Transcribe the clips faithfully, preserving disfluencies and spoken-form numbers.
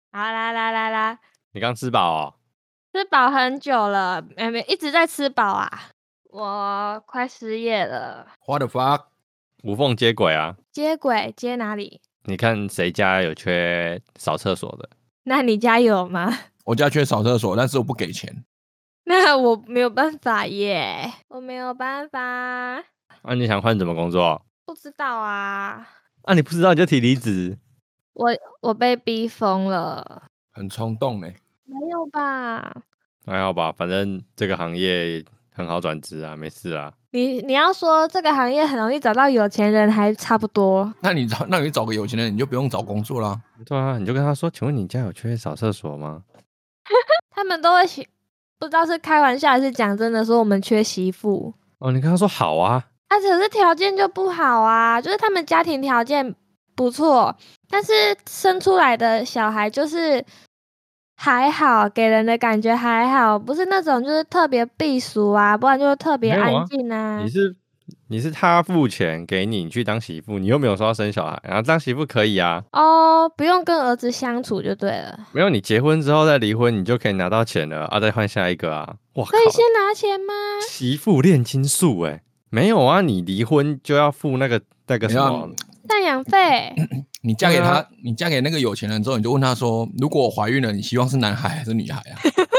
好，来来来来， 你刚吃饱哦？ 吃饱很久了，没没一直在吃饱啊。我快失业了。 What the fuck？ 无缝接轨啊！ 接轨接哪里？ 你看谁家有缺扫厕所的？ 那你家有吗？ 我家缺扫厕所，但是我不给钱。 那我没有办法耶，我没有办法。 啊，你想换什么工作？ 不知道啊。 啊，你不知道你就提离职。 我我被逼疯了。 很冲动呢。 没有吧？ 还好吧，反正这个行业很好转职啊，没事啊。 你你要说这个行业很容易找到有钱人，还差不多。 那你找那你找个有钱人，你就不用找工作啦。 对啊，你就跟他说，请问你家有缺扫厕所吗？ 他们都会不知道是开玩笑还是讲真的，说我们缺媳妇。 哦，你跟他说好啊。 啊，可是条件就不好啊，就是他们家庭条件不错，但是生出来的小孩就是还好，给人的感觉还好，不是那种就是特别避俗啊，不然就特别安静啊。 你是你是他付钱给你，你去当媳妇，你又没有说要生小孩，然后当媳妇可以啊。 哦，不用跟儿子相处就对了。 没有，你结婚之后再离婚，你就可以拿到钱了啊，再换下一个啊。哇， 可以先拿钱吗？ 媳妇炼金术哎。没有啊，你离婚就要付那个那个什么赡养费。 你嫁给他，啊、你嫁给那个有钱人之后，你就问他说：“如果我怀孕了，你希望是男孩还是女孩啊？”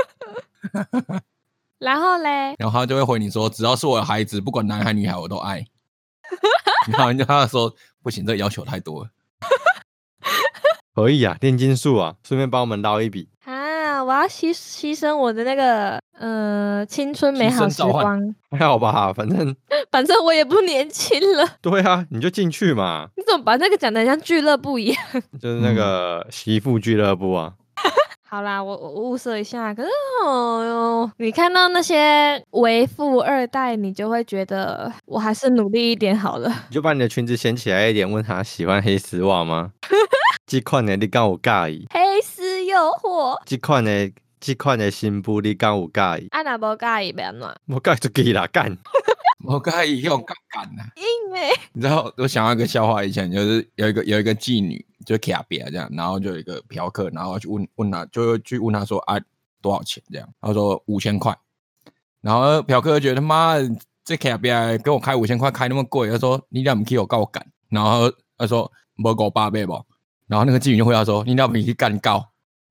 然后嘞， 然后他就会回你说：“只要是我的孩子，不管男孩女孩，我都爱。”然后你就他说：“不行，这个要求太多了。” 可以啊，炼金术啊，顺便帮我们捞一笔啊！我要牺牺牲我的那个呃青春美好时光。 还好吧，反正反正我也不年轻了。 对啊，你就进去嘛。 你怎么把那个讲得像俱乐部一样？ 就是那个媳妇俱乐部啊。 好啦，我我物色一下。可是哦，你看到那些为富二代，你就会觉得我还是努力一点好了。 你就把你的裙子掀起来一点，问他喜欢黑丝袜吗？这款的你敢有介意？ 黑丝诱惑。 这款的这款的新妇你敢有介意？ 啊，那无介意要怎样？ 我介意就给啦，干！ 我介意要干干呐。 硬诶。 你知道我想要一个笑话，以前就是有一个有一个妓女。就卡别这样，然后就有一个嫖客，然后去问问他，就去问他说啊多少钱这样，他说五千块，然后嫖客觉得妈这卡别给我开五千块开那么贵，他说你俩不去我告我干，然后他说没够八倍不，然后那个妓女就回答说你俩不去干告，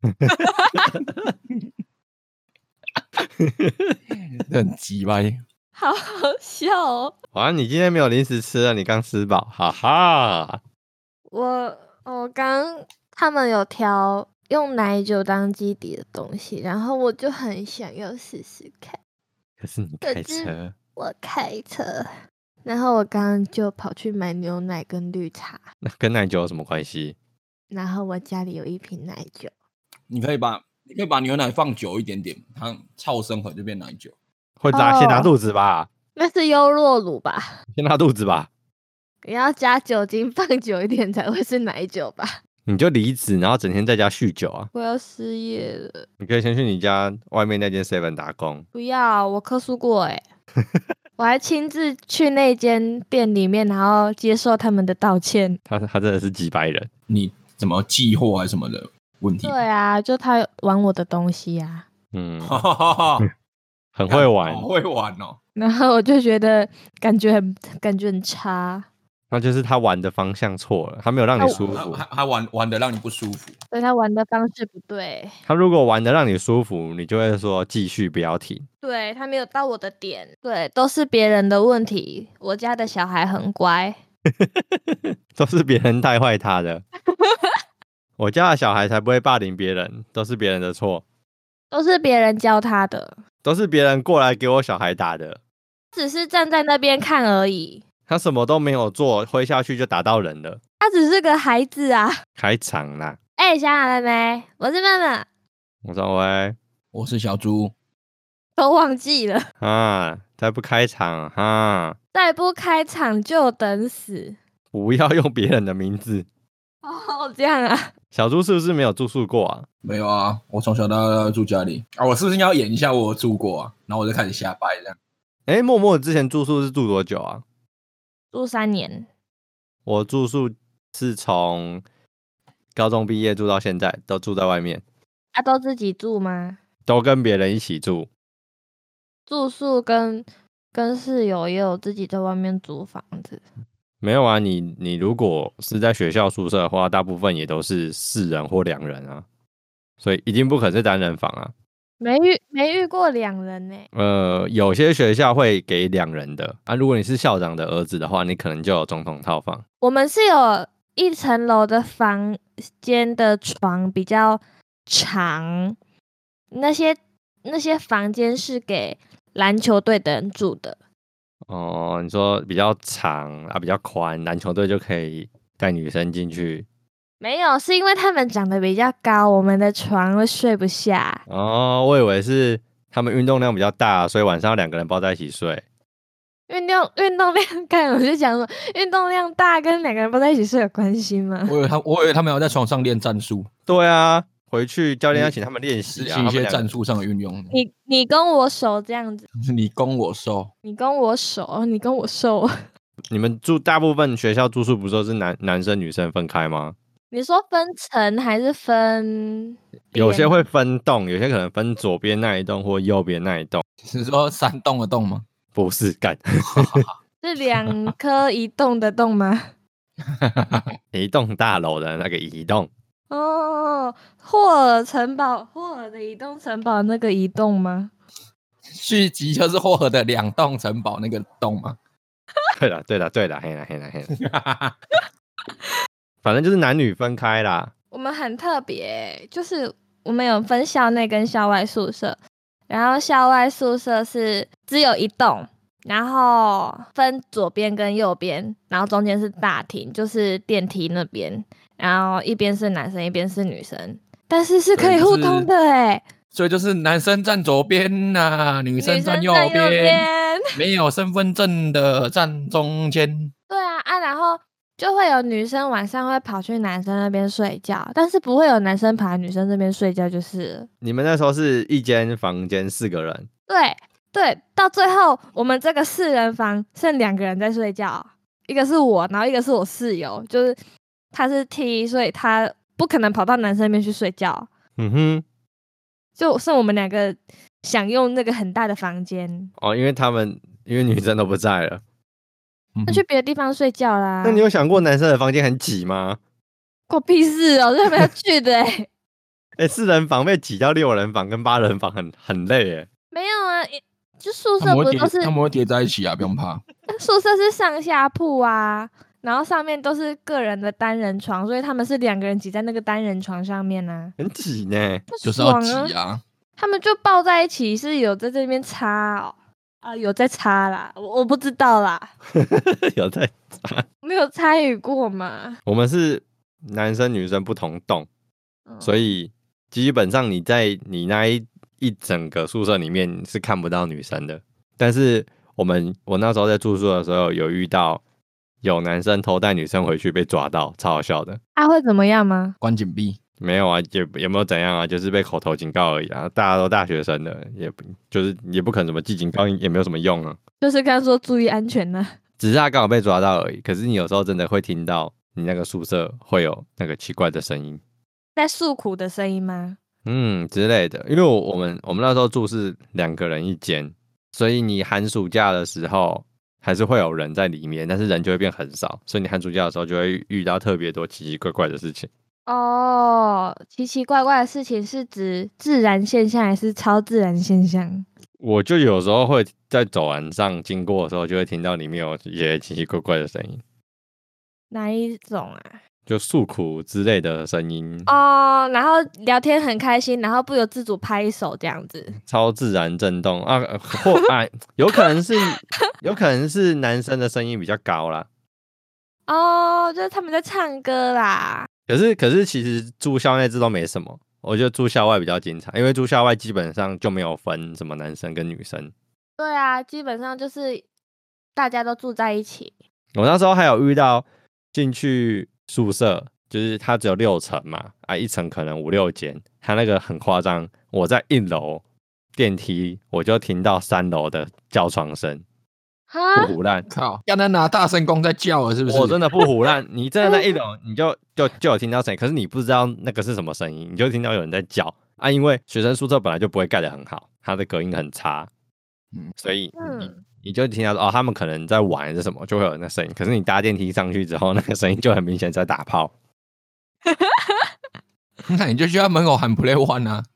很鸡掰， 好好笑哦。 啊，你今天没有零食吃了，你刚吃饱，哈哈。 我。我刚他们有调用奶酒当基底的东西，然后我就很想要试试看。 可是你开车， 我开车，然后我刚刚就跑去买牛奶跟绿茶。 那跟奶酒有什么关系？ 然后我家里有一瓶奶酒， 你可以把你可以把牛奶放久一点点，它超生合就变奶酒。 会拉、哦、先拉肚子吧？ 那是优酪乳吧？ 先拉肚子吧？ 你要加酒精放久一点才会是奶酒吧？ 你就离职，然后整天在家酗酒啊！ 我要失业了。 你可以先去你家外面那间 seven 打工。 不要，我客诉过哎、欸，我还亲自去那间店里面，然后接受他们的道歉。 他他真的是几百人， 你怎么寄货还是什么的问题？ 对啊，就他玩我的东西啊。 嗯，很会玩， 好会玩哦。 然后我就觉得感觉很感觉很差。 那就是他玩的方向错了，他没有让你舒服， 他他玩玩的让你不舒服， 所以他玩的方式不对。 他如果玩的让你舒服，你就会说继续不要停。 对，他没有到我的点，对，都是别人的问题。我家的小孩很乖， 都是别人带坏他的。我家的小孩才不会霸凌别人，都是别人的错， 都是别人教他的， 都是别人过来给我小孩打的， 只是站在那边看而已。 他什么都没有做，挥下去就打到人了。 他只是个孩子啊！ 开场啦！ 哎、欸，想好了没？我是妹妹， 我说喂， 我是小猪， 都忘记了啊！再不开场哈， 再不开场就等死！ 不要用别人的名字哦，这样啊？ 小猪是不是没有住宿过啊？ 没有啊，我从小到大住家里啊。我是不是要演一下我有住过啊？然后我就开始瞎掰这样。 哎、欸，默默之前住宿是住多久啊？ 住三年。 我住宿是从高中毕业住到现在都住在外面。 啊，都自己住吗？ 都跟别人一起住。 住宿跟跟室友也有自己在外面租房子。 没有啊，你你如果是在学校宿舍的话，大部分也都是四人或两人啊，所以一定不可能是单人房啊。 没遇没遇过两人呢、欸。 呃，有些学校会给两人的啊，如果你是校长的儿子的话，你可能就有总统套房。 我们是有一层楼的房间的床比较长，那些那些房间是给篮球队的人住的。 哦，你说比较长啊，比较宽，篮球队就可以带女生进去。 没有，是因为他们长得比较高，我们的床会睡不下。 哦，我以为是他们运动量比较大，所以晚上两个人抱在一起睡。 运动运动量看，我就讲说，运动量大跟两个人抱在一起睡有关系吗？ 我以为他，我以为他们要在床上练战术。 对啊，回去教练要请他们练习啊， 实行一些战术上的运用。 你你跟我手这样子， 你攻我受， 你跟我手，你跟我受。 你们住大部分学校住宿不都是男男生女生分开吗？ 你说分层还是分？ 有些会分栋，有些可能分左边那一栋或右边那一栋。 是说山洞的洞吗？ 不是，干是两颗移动的动吗？ 一栋大楼的那个移动。 哦，霍尔城堡，霍尔的移动城堡那个移动吗？ 续集就是霍尔的两栋城堡那个洞吗？ 对了，对了，对了，嘿啦，嘿啦，嘿啦。反正就是男女分开啦。 我们很特别，就是我们有分校内跟校外宿舍，然后校外宿舍是只有一栋，然后分左边跟右边，然后中间是大厅，就是电梯那边，然后一边是男生，一边是女生，但是是可以互通的哎。 所以就是男生站左边呐、啊，女生站右边， 右边没有身份证的站中间。 对啊啊，然后就会有女生晚上会跑去男生那边睡觉，但是不会有男生跑来女生这边睡觉，就是了。 你们那时候是一间房间四个人？ 对对，到最后我们这个四人房剩两个人在睡觉，一个是我，然后一个是我室友，就是他是 T， 所以他不可能跑到男生那边去睡觉。 嗯哼， 就剩我们两个享用那个很大的房间。 哦，因为他们因为女生都不在了， 那去别的地方睡觉啦。 那你有想过男生的房间很挤吗？ 关我屁事哦，这是没有去的哎、欸。 哎、欸，四人房被挤到六人房跟八人房很很累哎。 没有啊，就宿舍不都是他们会叠在一起啊，不用怕。 宿舍是上下铺啊，然后上面都是个人的单人床，所以他们是两个人挤在那个单人床上面啊， 很挤呢， 就是要挤啊。 他们就抱在一起，是有在这边擦哦，啊，有在擦啦，我我不知道啦， 有在擦， 没有参与过嘛。 我们是男生女生不同栋，嗯、所以基本上你在你那一一整个宿舍里面是看不到女生的。但是我们我那时候在住宿的时候有遇到有男生偷带女生回去被抓到，超好笑的。 啊，会怎么样吗？ 关紧闭。 没有啊，也有没有怎样啊，就是被口头警告而已啊。大家都大学生的，也就是也不可能什么记警告，也没有什么用啊。 就是刚说注意安全呢、啊， 只是他刚好被抓到而已。可是你有时候真的会听到你那个宿舍会有那个奇怪的声音， 在诉苦的声音吗？ 嗯之类的。因为我我们我们那时候住是两个人一间，所以你寒暑假的时候还是会有人在里面，但是人就会变很少，所以你寒暑假的时候就会遇到特别多奇奇怪怪的事情。 哦，奇奇怪怪的事情是指自然现象还是超自然现象？ 我就有时候会在走廊上经过的时候，就会听到里面有一些奇奇怪怪的声音。 哪一种啊？ 就诉苦之类的声音哦，然后聊天很开心，然后不由自主拍手这样子， 超自然震动啊，或啊，有可能是有可能是男生的声音比较高啦。 哦，就是他们在唱歌啦。 可是可是其实住校内这都没什么，我觉得住校外比较精彩，因为住校外基本上就没有分什么男生跟女生。 对啊，基本上就是大家都住在一起。 我那时候还有遇到进去宿舍，就是它只有六层嘛，啊，一层可能五六间，它那个很夸张。我在一楼电梯，我就听到三楼的叫床声。 不胡乱。 靠，刚才拿大声公在叫了是不是？ 我真的不胡乱，你真的在一楼，你就就就有听到声音，可是你不知道那个是什么声音，你就听到有人在叫啊。因为学生宿舍本来就不会盖得很好，它的隔音很差，嗯，所以你、嗯、你就听到说哦，他们可能在玩还是什么，就会有那声音。可是你搭电梯上去之后，那个声音就很明显在打炮。 那你就去他门口喊 play one 啊！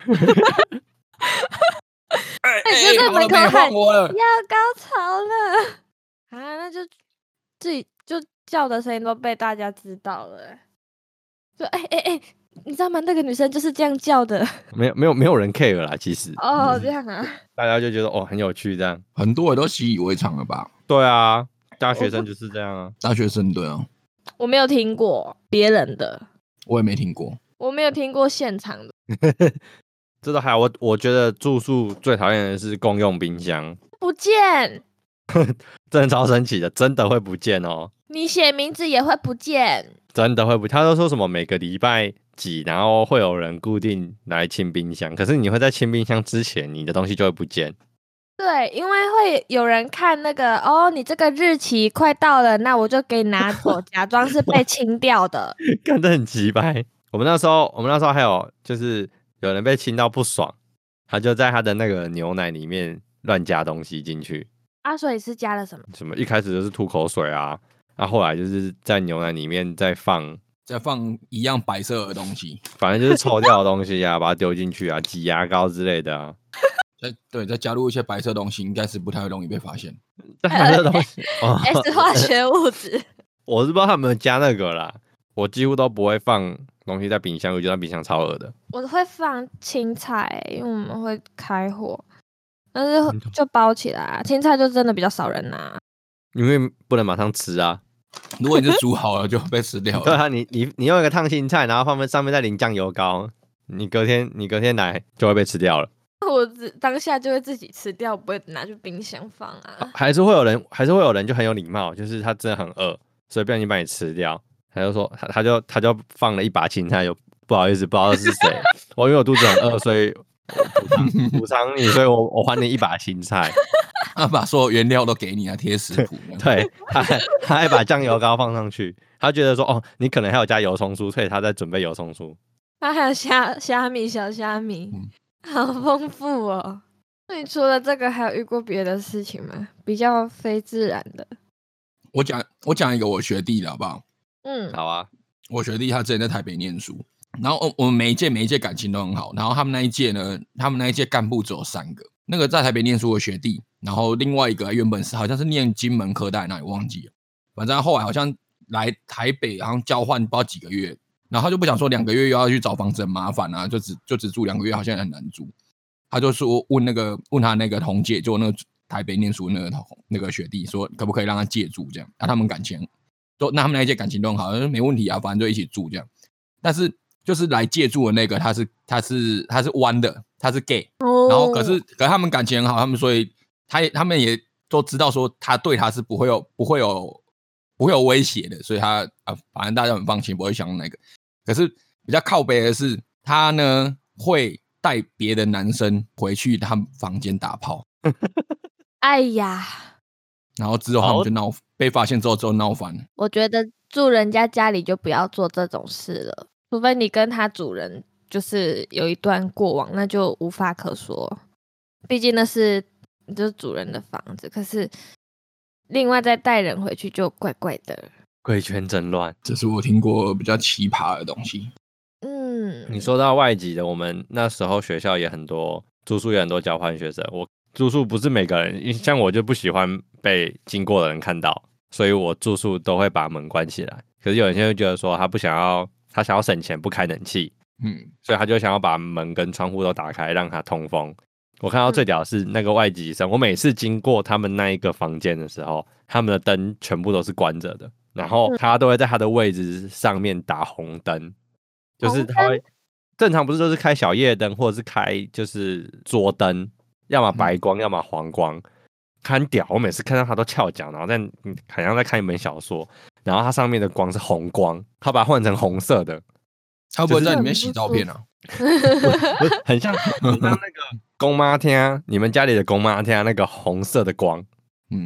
哎、欸，就在门口喊要高潮了啊！那就自己就叫的声音都被大家知道了、欸。就哎哎哎，你知道吗？那个女生就是这样叫的。 没有没有没有人 care 啦，其实。 哦，这样啊。 大家就觉得哦很有趣，这样很多人都习以为常了吧？ 对啊，大学生就是这样啊。 大学生对啊。 我没有听过别人的， 我也没听过。 我没有听过现场的。 这都还有，我我觉得住宿最讨厌的是共用冰箱不见， 真的超神奇的，真的会不见哦。 你写名字也会不见， 真的会不见。他都说什么每个礼拜几，然后会有人固定来清冰箱，可是你会在清冰箱之前，你的东西就会不见。 对，因为会有人看那个哦，你这个日期快到了，那我就给你拿走，假装是被清掉的， 干得很奇掰。我们那时候，我们那时候还有就是有人被清到不爽，他就在他的那个牛奶里面乱加东西进去。 啊，所以是加了什么？ 什么？一开始就是吐口水啊，然后后来就是在牛奶里面再放再放一样白色的东西， 反正就是臭掉的东西啊，把它丢进去啊，挤牙膏之类的啊。 再对，再加入一些白色东西，应该是不太容易被发现。 白色东西 ，S 化学物质。 我是不知道他们有加那个啦，我几乎都不会放东西在冰箱，我觉得冰箱超恶的。 我会放青菜，因为我们会开火，但是就包起来，青菜就真的比较少人拿， 因为不能马上吃啊。 如果你是煮好了就被吃掉了。 对啊，你你你用一个烫青菜，然后放在上面再淋酱油膏，你隔天你隔天来就会被吃掉了。 我当下就会自己吃掉，不会拿去冰箱放啊。 还是会有人，还是会有人就很有礼貌，就是他真的很饿，所以不小心把你吃掉，他就说他他就他就放了一把青菜，就不好意思，不知道是谁。我因为我肚子很饿，所以补偿你，所以我我还你一把青菜。 他把所有原料都给你啊，贴食谱。 对，他还他还把酱油膏放上去，他觉得说哦，你可能还有加油葱酥，所以他在准备油葱酥。 他还有虾虾米小虾米。嗯，好丰富哦！那你除了这个，还有遇过别的事情吗？比较非自然的？ 我讲我讲一个我学弟的好不好？ 嗯， 好啊。 我学弟他之前在台北念书，然后我们每一届每一届感情都很好，然后他们那一届呢，他们那一届干部只有三个，那个在台北念书的学弟，然后另外一个原本是好像是念金门科大，那里忘记了，反正后来好像来台北，好像交换不知道几个月。然后他就不想说两个月又要去找房子很麻烦啊，就只就只住两个月，好像很难住。他就说问那个问他那个同届，就那个台北念书那个那个学弟说，可不可以让他借住这样？那、啊、他们感情都那他们那一届感情都很好，没问题啊，反正就一起住这样。但是就是来借住的那个他是他是他是弯的，他是 gay，、哦、然后可是可是他们感情很好，他们所以他也他们也都知道说他对他是不会有不会有不会有威胁的，所以他啊反正大家很放心，不会想那个。可是比较靠北的是，他呢会带别的男生回去他们房间打炮。 哎呀， 然后之后他们就闹，被发现之后之后闹翻了。 我觉得住人家家里就不要做这种事了，除非你跟他主人就是有一段过往，那就无话可说。毕竟那是就是主人的房子，可是另外再带人回去就怪怪的。 贵圈真乱， 这是我听过比较奇葩的东西。 嗯， 你说到外籍的，我们那时候学校也很多，住宿也很多交换学生。我住宿不是每个人，像我就不喜欢被经过的人看到，所以我住宿都会把门关起来。可是有些人就觉得说他不想要，他想要省钱不开冷气，嗯，所以他就想要把门跟窗户都打开，让它通风。我看到最屌的是那个外籍生，我每次经过他们那一个房间的时候，他们的灯全部都是关着的。然后他都会在他的位置上面打红灯，就是他会正常不是都是开小夜灯或者是开就是桌灯，要么白光、嗯、要么黄光，很屌。我每次看到他都翘脚，然后在好像在看一本小说，然后它上面的光是红光，他把它换成红色的。 他不会在里面洗照片啊？ 很像很像那个公妈厅，你们家里的公妈厅那个红色的光，嗯。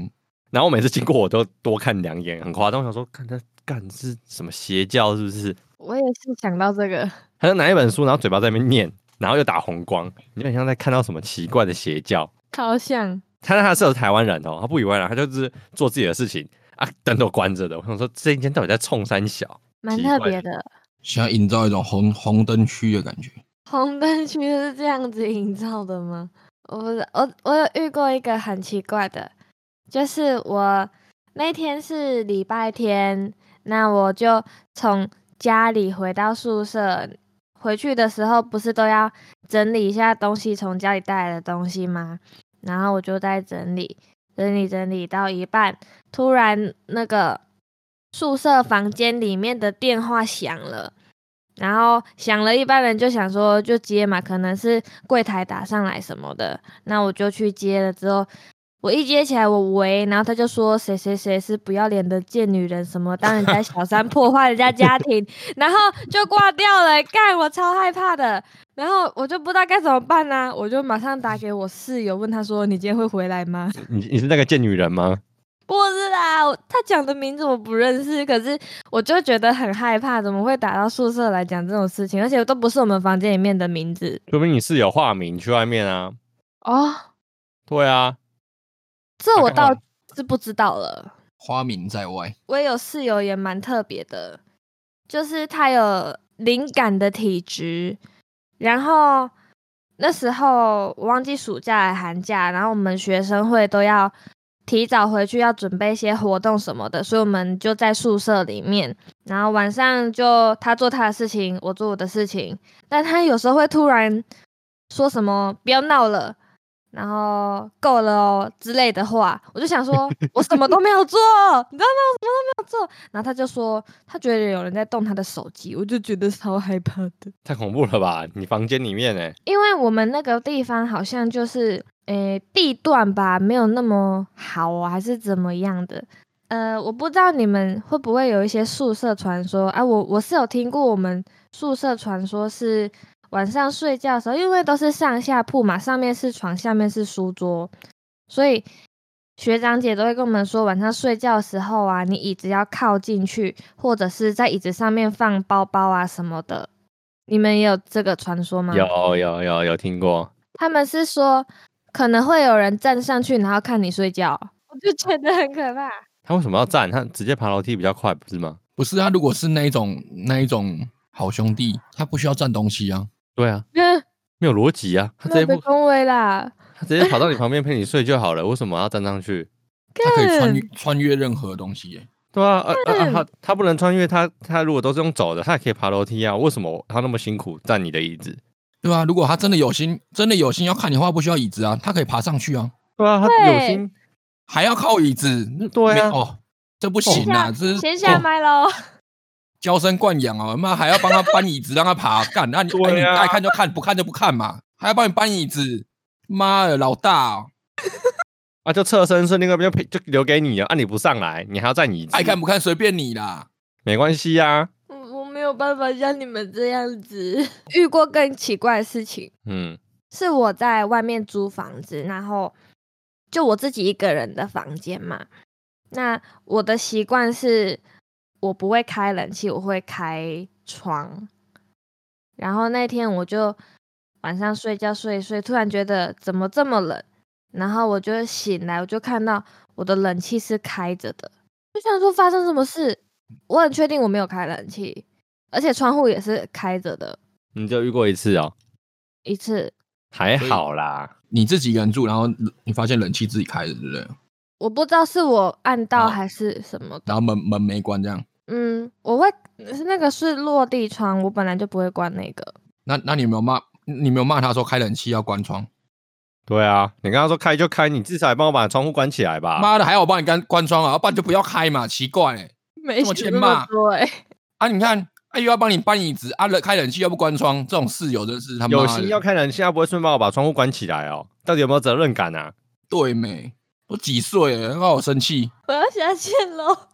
然后我每次经过我都多看两眼，很夸张。我想说，看他干是什么邪教是不是？ 我也是想到这个， 他就拿一本书，然后嘴巴在那边念，然后又打红光，你就很像在看到什么奇怪的邪教。 超像。 他他是台湾人哦，他不以为然，他就是做自己的事情啊，灯都关着的。我想说，这一间到底在冲三小？ 蛮特别的。 想要营造一种红红灯区的感觉。 红灯区是这样子营造的吗？我不是，我我有遇过一个很奇怪的，就是我那天是礼拜天，那我就从家里回到宿舍，回去的时候不是都要整理一下东西，从家里带来的东西吗？然后我就在整理，整理整理到一半，突然那个宿舍房间里面的电话响了。然后响了，一般人就想说就接嘛，可能是柜台打上来什么的，那我就去接了。之后我一接起来，我喂，然后他就说谁谁谁是不要脸的贱女人，什么当人家小三破坏人家家庭，然后就挂掉了。干，我超害怕的，然后我就不知道该怎么办呢、啊，我就马上打给我室友，问他说你今天会回来吗？ 你你是那个贱女人吗？ 不是啦，他讲的名字我不认识，可是我就觉得很害怕，怎么会打到宿舍来讲这种事情，而且都不是我们房间里面的名字。 说明你室友化名去外面啊。 哦， 对啊， 这我倒是不知道了。 花名在外， 我也有室友也蛮特别的，就是他有灵感的体质，然后那时候我忘记暑假还寒假，然后我们学生会都要提早回去，要准备一些活动什么的，所以我们就在宿舍里面，然后晚上就他做他的事情，我做我的事情，但他有时候会突然说什么不要闹了，然后够了哦之类的话，我就想说我什么都没有做，你知道吗？我什么都没有做，然后他就说他觉得有人在动他的手机，我就觉得超害怕的。 太恐怖了吧？你房间里面呢？ 因为我们那个地方好像就是诶地段吧，没有那么好哦，还是怎么样的。呃，我不知道你们会不会有一些宿舍传说啊？我我是有听过，我们宿舍传说是晚上睡觉的时候，因为都是上下铺嘛，上面是床，下面是书桌，所以学长姐都会跟我们说，晚上睡觉的时候啊，你椅子要靠进去，或者是在椅子上面放包包啊什么的。你们也有这个传说吗？ 有有有有听过。 他们是说可能会有人站上去，然后看你睡觉，我就觉得很可怕。 他为什么要站？他直接爬楼梯比较快，不是吗？ 不是啊，如果是那一种那一种好兄弟，他不需要占东西啊。 对啊，没有逻辑啊，他直接不恭维啦， 他直接跑到你旁边陪你睡就好了，为什么要站上去？ 他可以穿越穿越任何东西耶。 对啊，啊啊啊、他他不能穿越，他他如果都是用走的，他也可以爬楼梯啊。为什么他那么辛苦占你的椅子？ 对啊，如果他真的有心，真的有心要看你的话，不需要椅子啊，他可以爬上去啊。 对啊，他有心还要靠椅子。 对啊， 哦，这不行啊，这是先下麦喽。 娇生惯养啊，妈还要帮他搬椅子让他爬，干那你爱你爱看就看，不看就不看嘛，还要帮你搬椅子，妈的老大、哦。 啊，就侧身是另外一边就就留给你了，啊，你不上来，你还要占椅子， 爱看不看随便你啦， 没关系啊。 我没有办法像你们这样子，遇过更奇怪的事情。嗯，是我在外面租房子，然后就我自己一个人的房间嘛。那我的习惯是，我不会开冷气，我会开窗。然后那天我就晚上睡觉睡一睡，突然觉得怎么这么冷。然后我就醒来，我就看到我的冷气是开着的，就想说发生什么事。我很确定我没有开冷气，而且窗户也是开着的。 你就遇过一次哦？ 一次， 还好啦。 你自己一个人住，然后你发现冷气自己开着，对不对？ 我不知道是我按到还是什么的， 然后门门没关这样。 嗯，我会是那个是落地窗，我本来就不会关那个。 那那你有没有骂？你没有骂他说开冷气要关窗？ 对啊，你跟他说开就开，你至少也帮我把窗户关起来吧。 妈的，还要我帮你关关窗啊？要不然就不要开嘛，奇怪哎、欸， 没这么欠骂。对啊，你看，啊又要帮你搬椅子，啊开冷气又不关窗，这种室友真是他妈有心要开冷气，他不会顺便帮我把窗户关起来哦？到底有没有责任感啊？ 对没？都几岁了，让我生气。 我要下线喽。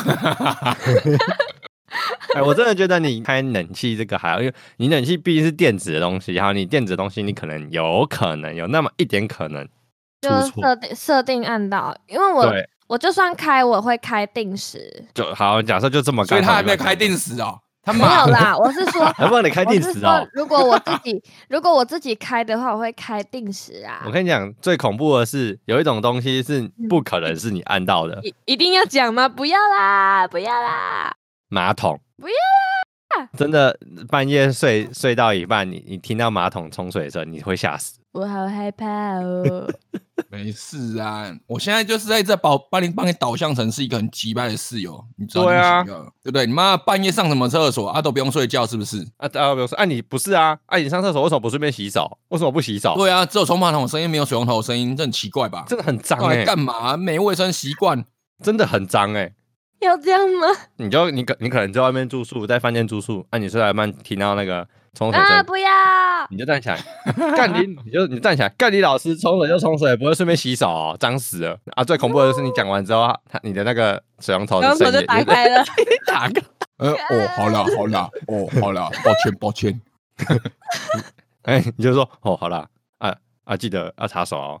哎，我真的觉得你开冷气这个还好，因为你冷气毕竟是电子的东西，然后你电子的东西，你可能有可能有那么一点可能就设定设定按到，因为我我就算开，我会开定时。 就好，假设就这么刚好， 所以他还没有开定时哦。他没有啦，我是说， 还帮你开定时哦。 如果我自己如果我自己开的话，我会开定时啊。 我跟你讲，最恐怖的是有一种东西是不可能是你按到的。 一一定要讲吗？不要啦，不要啦。 马桶。 不要啦。 真的半夜睡睡到一半，你你听到马桶冲水声，你会吓死。 我好害怕哦。 没事啊，我现在就是在这把帮你帮你导向成是一个很急掰的室友，你知道对啊， 对不对？你妈半夜上什么厕所啊？都不用睡觉是不是？ 啊啊，比如说啊，你不是啊？啊，你上厕所为什么不顺便洗手？为什么不洗手？ 对啊，只有冲马桶的声音，没有水龙头的声音，这很奇怪吧？ 真的很脏哎、欸！ 干嘛？没卫生习惯， 真的很脏哎、欸！ 要这样吗？ 你就你可你可能在外面住宿，在饭店住宿，啊，你睡到一半听到那个冲水声， 啊，不要！ 你就站起来，干你，你就你站起来，干你老师冲水就冲水，不会顺便洗手哦，脏死了啊！最恐怖的就是你讲完之后，他你的那个水龙头的水龙头就打开了， 打开， 呃，哦，好啦好啦，哦，好啦，抱歉抱歉， 哎，你就说哦，好啦，啊啊，记得要擦手哦，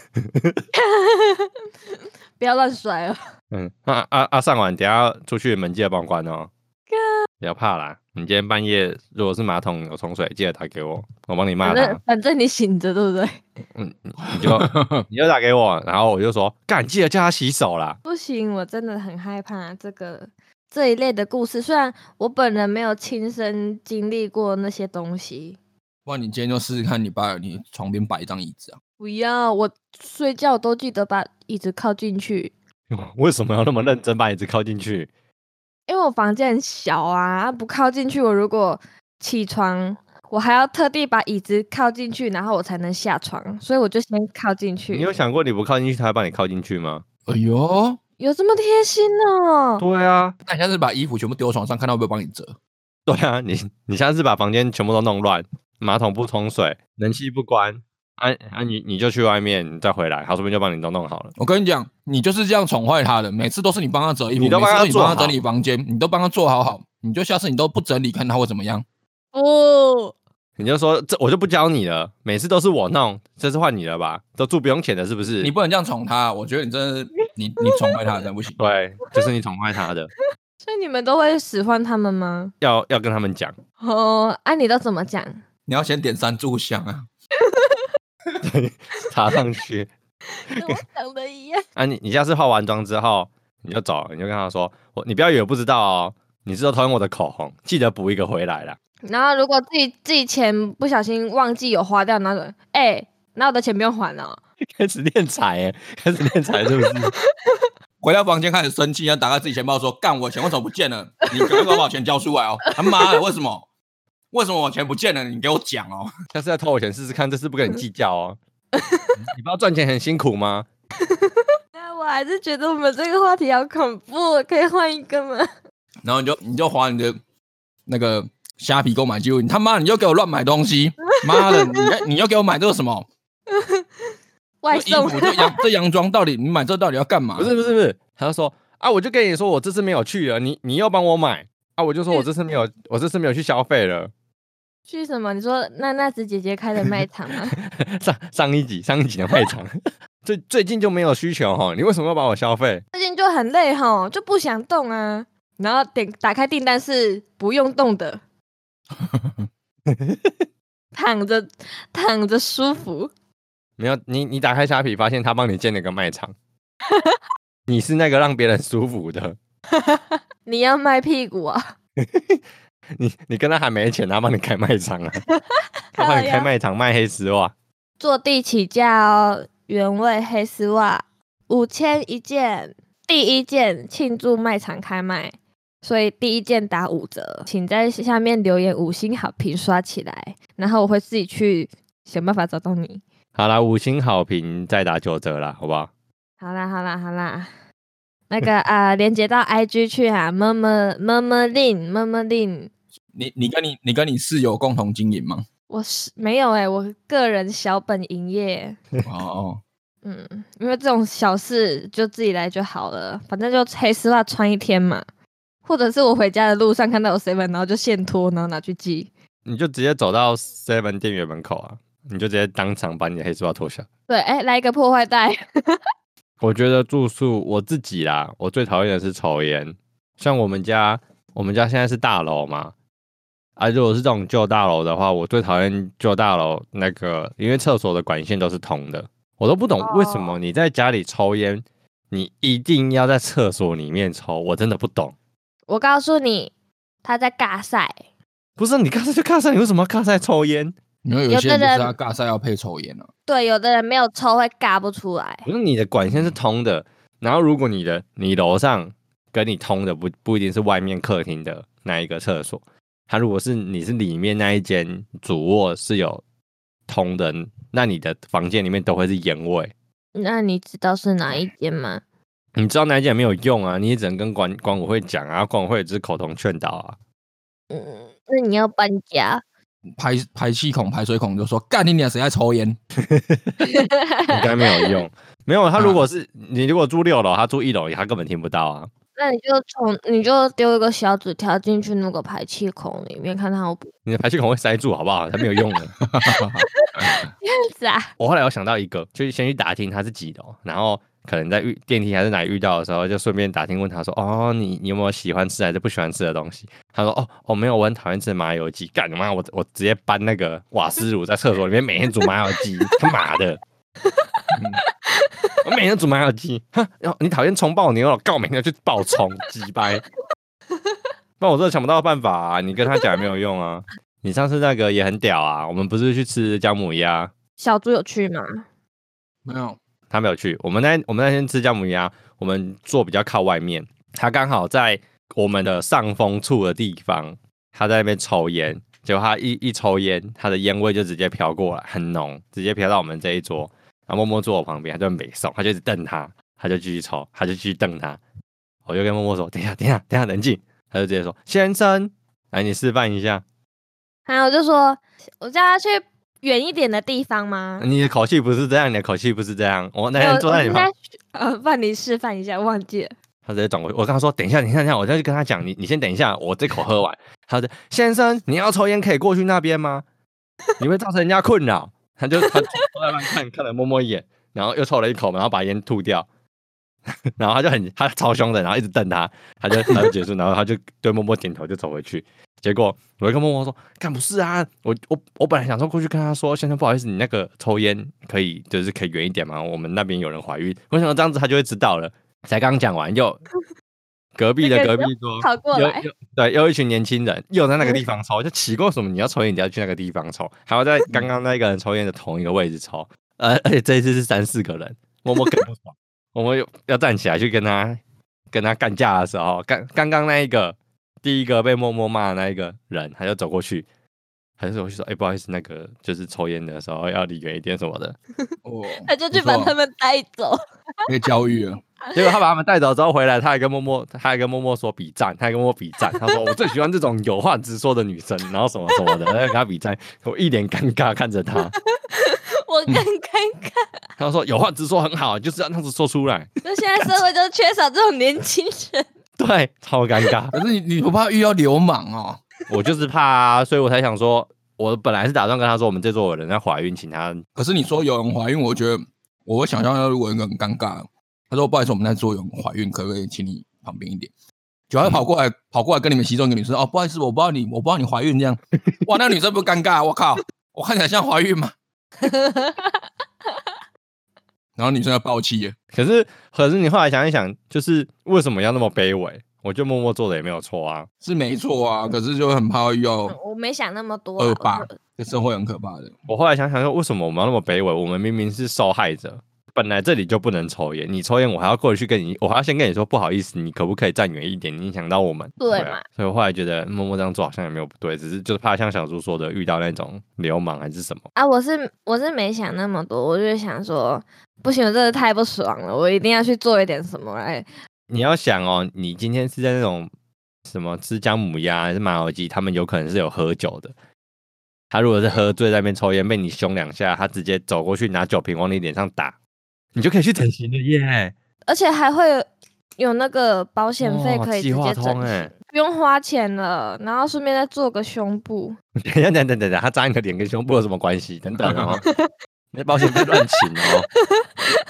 不要乱甩哦。 嗯，啊啊啊，上完等一下出去门记得帮我关哦，不要怕啦。你今天半夜如果是马桶有冲水，记得打给我，我帮你骂他。 反正反正你醒着，对不对？ 嗯，你就你就打给我，然后我就说，干，记得叫他洗手啦。 不行，我真的很害怕这个这一类的故事。虽然我本人没有亲身经历过那些东西， 不然你今天就试试看，你把你床边摆一张椅子啊。 不要，我睡觉都记得把椅子靠进去。 为什么要那么认真把椅子靠进去？ 因为我房间很小啊，不靠进去，我如果起床，我还要特地把椅子靠进去，然后我才能下床，所以我就先靠进去。 你有想过你不靠进去，他会帮你靠进去吗？ 哎呦， 有这么贴心哦？ 对啊， 那你下次把衣服全部丢床上，看到会不会帮你折？ 对啊，你你下次把房间全部都弄乱，马桶不冲水，冷气不关。啊啊！你你就去外面，你再回来，他说不定就帮你都弄好了。 我跟你讲，你就是这样宠坏他的，每次都是你帮他折衣服， 你都帮他做好， 每次都你帮他整理房间，你都帮他做好好，你就下次你都不整理，看他会怎么样？ 哦， 你就说这我就不教你了，每次都是我弄，这次换你了吧？都住不用钱的，是不是？ 你不能这样宠他，我觉得你真的是你你宠坏他真的不行。 对，就是你宠坏他的。 所以你们都会使唤他们吗？ 要要跟他们讲哦，啊，你都怎么讲？ 你要先点三炷香啊。 对，插上去， 跟我想的一样。 啊，你你下次化完妆之后，你就走，你就跟他说，我你不要以为不知道哦，你知道偷用我的口红，记得补一个回来啦。 然后如果自己自己钱不小心忘记有花掉，那种，哎、欸，那我的钱不用还了、哦。 开始练财哎，开始练财是不是？ 回到房间开始生气，要打开自己钱包说，干我钱为什么不见了？你赶快把我钱交出来哦！他妈的，为什么？为什么我钱不见了？你给我讲哦！ 下次再偷我钱试试看，这次不跟你计较哦。你不知道赚钱很辛苦吗？ 那我还是觉得我们这个话题好恐怖，可以换一个吗？ 然后你就你就划你的那个虾皮购买记录，你他妈你又给我乱买东西，妈的，你你又给我买这个什么外送？ 这洋这洋装到底你买这到底要干嘛？ 不是不是不是，他就说啊，我就跟你说我这次没有去了，你你又帮我买啊，我就说我这次没有，我这次没有去消费了。 去什么？你说娜娜子姐姐开的卖场吗？ 上上一集上一集的卖场，最最近就没有需求哈，你为什么要把我消费？ 最近就很累哈，就不想动啊。然后点打开订单是不用动的，躺着躺着舒服。 没有你你打开虾皮发现他帮你建了个卖场，你是那个让别人舒服的。 你要卖屁股啊？ 你你跟他还没钱，他帮你开卖场啊？他帮你开卖场卖黑丝袜， 坐地起价哦，原味黑丝袜五千一件，第一件庆祝卖场开卖，所以第一件打五折，请在下面留言五星好评刷起来，然后我会自己去想办法找到你。 好啦，五星好评再打九折啦，好不好？ 好啦好啦好啦。那个啊、呃，连接到 I G 去啊，么么么么令么么令。 你你跟你你跟你室友共同经营吗？ 我是没有哎、欸，我个人小本营业。 哦， 嗯，因为这种小事就自己来就好了，反正就黑丝袜穿一天嘛，或者是我回家的路上看到有 seven， 然后就现脱，然后拿去寄。 你就直接走到 seven 店员门口啊，你就直接当场把你的黑丝袜脱下。 对，哎、欸，来一个破坏袋。 我觉得住宿我自己啦，我最讨厌的是抽烟。像我们家，我们家现在是大楼嘛，啊，如果是这种旧大楼的话，我最讨厌旧大楼那个，因为厕所的管线都是通的，我都不懂为什么你在家里抽烟，你一定要在厕所里面抽，我真的不懂。 我告诉你，他在尬赛。 不是你尬赛就尬赛，你为什么要尬赛抽烟？ 因为有些人就是他尬赛要配抽烟啊。 对，有的人没有抽会尬不出来。 不是你的管线是通的，然后如果你的你楼上跟你通的不不一定是外面客厅的那一个厕所，它如果是你是里面那一间主卧是有通的，那你的房间里面都会是烟味。 那你知道是哪一间吗？ 你知道哪一间没有用啊，你也只能跟管管委会讲啊，管委会只是口头劝导啊。 嗯，那你要搬家。 排排气孔、排水孔就说干你娘，谁在抽烟？ 应该没有用，没有他如果是、啊、你如果住六楼，他住一楼，他根本听不到啊。 那你就从你就丢一个小纸条进去那个排气孔里面，看他会不。 你的排气孔会塞住，好不好？它没有用的。 这样子啊？ 我后来有想到一个，就是先去打听他是几楼，然后可能在遇电梯还是哪里遇到的时候，就顺便打听问他说：“哦，你你有没有喜欢吃还是不喜欢吃的东西？”他说：“哦哦，没有，我很讨厌吃麻油鸡。”干你妈！我我直接搬那个瓦斯炉在厕所里面，每天煮麻油鸡，他妈的！嗯、我每天煮麻油鸡，哈！你讨厌葱爆牛肉，告我每天去爆葱，鸡掰！不然我真的想不到办法啊！你跟他讲也没有用啊！你上次那个也很屌啊！我们不是去吃姜母鸭？ 小猪有去吗？ 没有。 他没有去，我们那我们那天吃姜母鸭，我们坐比较靠外面，他刚好在我们的上风处的地方，他在那边抽烟，结果他一一抽烟，他的烟味就直接飘过来，很浓，直接飘到我们这一桌，然后默默坐我旁边，他就没送，他就一直瞪他，他就继续抽，他就继续瞪他，我就跟默默说，等一下，等一下，等一下，冷静，他就直接说，先生，来你示范一下， 还有就说，我叫他去远一点的地方吗？ 你的口气不是这样，你的口气不是这样。我那天坐在你旁边， 呃，帮你示范一下，忘记了。 他直接转过去，我跟他说：“等一下，等一下，等一下，我再去跟他讲，你你先等一下，我这口喝完。”他说：“先生，你要抽烟可以过去那边吗？你会造成人家困扰。”他就他坐在那看，看了默默一眼，然后又抽了一口，然后把烟吐掉，然后他就很他超凶的，然后一直瞪他，他就他就结束，然后他就对默默点头就走回去。结果我就跟默默说：“干不是啊，我我我本来想说过去跟他说，先生不好意思，你那个抽烟可以就是可以远一点吗？我们那边有人怀孕。我想说这样子他就会知道了。才刚讲完，又隔壁的隔壁桌跑过来， 对，又一群年轻人又在那个地方抽，就奇怪什么你要抽烟，你要去那个地方抽，还要在刚刚那个人抽烟的同一个位置抽，呃，而且这一次是三四个人，默默更不爽，我们要站起来去跟他跟他干架的时候，刚刚刚那一个。第一个被默默骂的那一个人，他就走过去，他就走过去说：“哎、欸，不好意思，那个就是抽烟的时候要离远一点什么的。” 哦， 他就去把他们带走， 被教育了。 结果他把他们带走之后回来，他还跟默默，他还跟默默说比赞，他还跟默默比赞。他说：“我最喜欢这种有话直说的女生。”然后什么什么的，他跟他比赞，我一脸尴尬看着他， 我更尴尬。 他说：“有话直说很好，就是要那样子说出来。” 就现在社会就缺少这种年轻人。 对，超尴尬。 可是你你不怕遇到流氓哦？ 我就是怕啊，所以我才想说，我本来是打算跟他说，我们这桌有人在怀孕，请他。 可是你说有人怀孕，我觉得我会想象到如果一个很尴尬，他说不好意思，我们在桌有人怀孕，可不可以请你旁边一点？就他跑过来、嗯、跑过来跟你们其中一个女生哦，不好意思，我不知道你，我不知道你怀孕这样。哇，那个女生不尴尬？我靠，我看起来像怀孕吗？然后女生要爆气了， 可是可是你后来想一想，就是为什么要那么卑微？我就默默做的也没有错啊， 是没错啊，可是就很怕遇到、 嗯。我没想那么多、 啊，恶霸，这社会很可怕的。 我后来想想说，为什么我们要那么卑微？我们明明是受害者，本来这里就不能抽烟，你抽烟我还要过去跟你，我还要先跟你说不好意思，你可不可以站远一点？你影响到我们， 对嘛？ 所以我后来觉得默默这样做好像也没有不对，只是就是怕像小猪说的遇到那种流氓还是什么啊。我是我是没想那么多，我就想说不行，我真的太不爽了，我一定要去做一点什么来。 你要想哦，你今天是在那种什么吃姜母鸭还是麻油鸡，他们有可能是有喝酒的。他如果是喝醉在那边抽烟，被你凶两下，他直接走过去拿酒瓶往你脸上打，你就可以去整形了耶！ 而且还会有那个保险费可以直接整形， 欸、 不用花钱了，然后顺便再做个胸部。 等一下，等等等等，他扎你的脸跟胸部有什么关系？等等哦，那保险费乱请哦。 没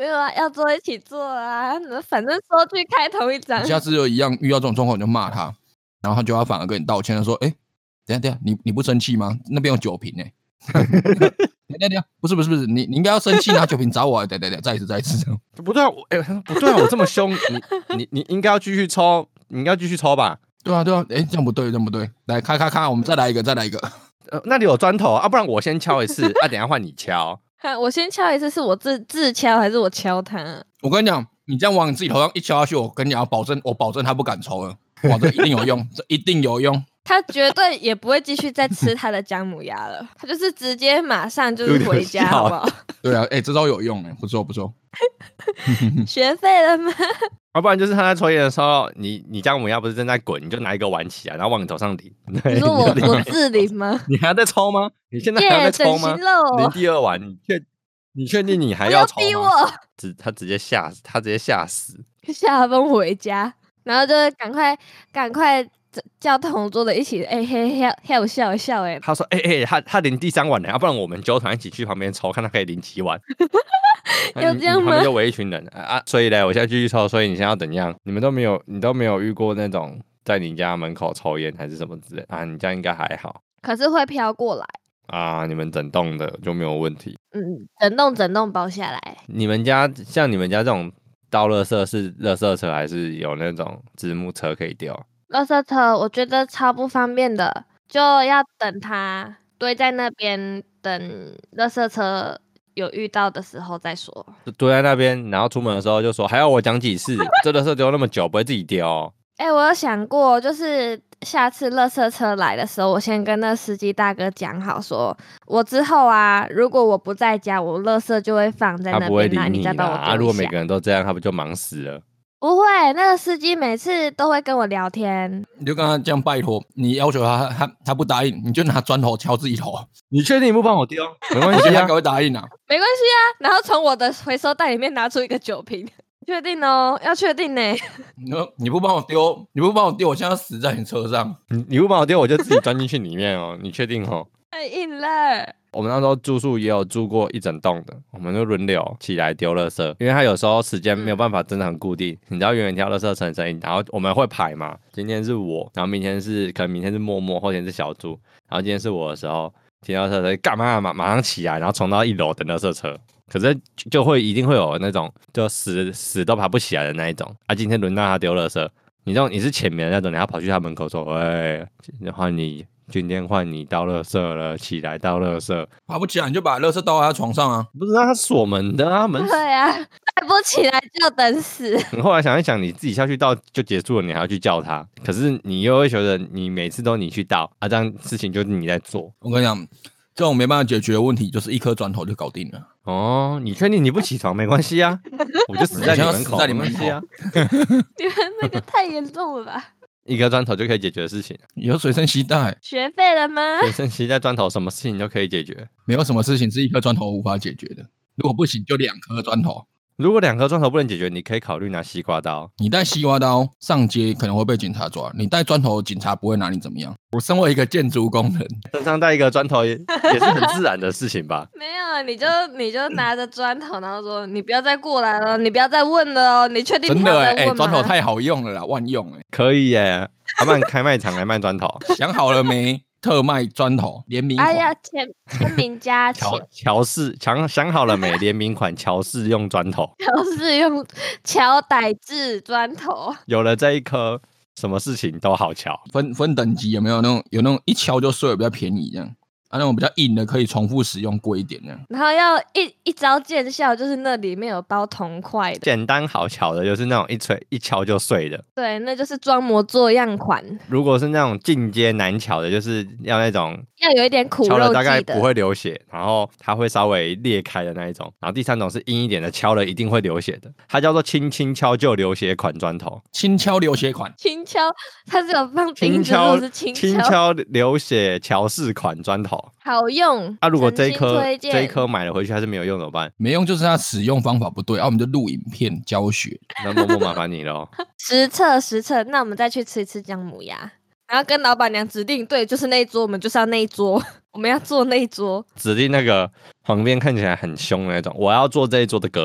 没有啊，要做一起做啊，反正收据开同一张。 下次就一样遇到这种状况你就骂他，然后他就要反而跟你道歉，他说：“哎、欸，等一下等一下，你你不生气吗？那边有酒瓶呢、欸。”等一下，不是不是不是，你你应该要生气拿酒瓶找我、啊。等等等，再一次再一次这样。 不对啊，我哎、欸、不对啊，我这么凶，你你你应该要继续抽，你应该要继续抽吧？ 对啊对啊，哎、欸，这样不对，这样不对，来咔咔咔，我们再来一个，再来一个。 呃，那里有砖头啊，不然我先敲一次，啊，等一下换你敲。 我先敲一次，是我自自敲还是我敲他？ 我跟你讲，你这样往你自己头上一敲下去，我跟你讲，保证我保证他不敢抽了。哇，这一定有用，这一定有用。 他绝对也不会继续再吃他的姜母鸭了，他就是直接马上就是回家，好不好？ 对啊，哎、欸，这招有用哎、欸，不错不错。 学废了吗？ 要、啊、不然就是他在抽烟的时候，你你姜母鸭不是正在滚，你就拿一个碗起来，然后往你头上淋。 你说我我自淋吗？ 你还要再抽吗？你现在还要再抽吗？淋第二碗，你确你确定你还要抽吗？ 不要逼我！ 直他直接吓死，他直接吓死， 下风回家，然后就赶快赶快叫同桌的一起，哎、欸、嘿嘿，嘿我笑一笑哎、欸。 他说，哎、欸、哎、欸，他他淋第三碗了，要、啊、不然我们纠团一起去旁边抽，看他可以淋几碗。 有这样吗？ 他们就围一群人啊，所以嘞，我现在继续抽，所以你现在要怎样？你们都没有，你都没有遇过那种在你家门口抽烟还是什么之类啊？你家应该还好， 可是会飘过来啊。你们整栋的就没有问题， 嗯，整栋整栋包下来。 你们家像你们家这种倒垃圾是垃圾车还是有那种子母车可以丢？ 垃圾车我觉得超不方便的，就要等它堆在那边，等垃圾车有遇到的时候再说。 就堆在那边，然后出门的时候就说还要我讲几次，这垃圾丢那么久不会自己丢、哦？ 哎、欸，我有想过，就是下次垃圾车来的时候，我先跟那司机大哥讲好说，说我之后啊，如果我不在家，我垃圾就会放在那边， 他不会理你你再帮我丢一下。 啊，如果每个人都这样，他不就忙死了？ 不会，那个司机每次都会跟我聊天。 你就跟他这样拜托，你要求他，他他不答应，你就拿砖头敲自己头。 你确定你不帮我丢？没关系啊， 他会答应啊， 没关系啊。然后从我的回收袋里面拿出一个酒瓶，确定哦，要确定呢。 你说你不帮我丢，你不帮我丢，我现在要死在你车上。 你你不帮我丢，我就自己钻进去里面哦。你确定哦？ 太硬了。 我们那时候住宿也有住过一整栋的，我们就轮流起来丢垃圾，因为他有时候时间没有办法真的很固定，你知道远远挑垃圾车声音，然后我们会排嘛，今天是我，然后明天是可能明天是默默，后天是小猪，然后今天是我的时候，听到垃圾车干嘛马马上起来，然后冲到一楼等垃圾车，可是就会一定会有那种就死死都爬不起来的那一种，啊，今天轮到他丢垃圾，你这种你是前面的那种，你要跑去他门口说，喂，换你。今天换你倒垃圾了，起来倒垃圾。 爬不起来你就把垃圾倒在他床上啊！ 不是他锁门的啊，门。 对啊，带不起来就等死。 你后来想一想，你自己下去倒就结束了，你还要去叫他，可是你又会觉得你每次都你去倒啊，这样事情就是你在做。 我跟你讲，这种没办法解决的问题，就是一颗砖头就搞定了。 哦，你确定你不起床没关系啊？我就死在你门口， 在你门口啊。 你们那个太严重了吧？ 一颗砖头就可以解决的事情， 有随身携带， 学废了吗？ 随身携带砖头，什么事情都可以解决， 没有什么事情是一颗砖头无法解决的。如果不行，就两颗砖头。 如果两颗砖头不能解决，你可以考虑拿西瓜刀。 你带西瓜刀上街可能会被警察抓，你带砖头，警察不会拿你怎么样。我身为一个建筑工人， 身上带一个砖头也也是很自然的事情吧？ 没有，你就你就拿着砖头，然后说你不要再过来了，你不要再问了哦，你确定真的哎、欸，砖、 欸、 头太好用了啦，万用哎、欸， 可以耶，要不然开卖场来卖砖头。 想好了没？特卖砖头联名款， 哎呀，签签名加钱。 乔氏想想好了没？联名款乔氏用砖头， 乔氏用乔歹制砖头。 有了这一颗，什么事情都好乔。 分分等级有没有那种有那种一敲就碎比较便宜这样？啊，那种比较硬的可以重复使用贵一点这样。 然后要一一招见效，就是那里面有包铜块的。 简单好敲的，就是那种一锤一敲就碎的。 对，那就是装模作样款。 如果是那种进阶难敲的，就是要那种要有一点苦肉计的， 敲了大概不会流血，然后它会稍微裂开的那一种。然后第三种是硬一点的，敲了一定会流血的，它叫做轻轻敲就流血款砖头。 轻敲流血款， 轻敲它是有放钉子， 敲是轻轻敲流血乔氏款砖头。 好用啊！如果这一颗这一颗颗买了回去还是没有用怎么办？ 没用就是它使用方法不对啊，我们就录影片教学。 那默默麻烦你了。 实测实测，那我们再去吃一次姜母鸭，然后跟老板娘指定，对，就是那一桌，我们就是要那一桌，我们要坐那一桌， 指定那个旁边看起来很凶的那种，我要坐这一桌的隔壁。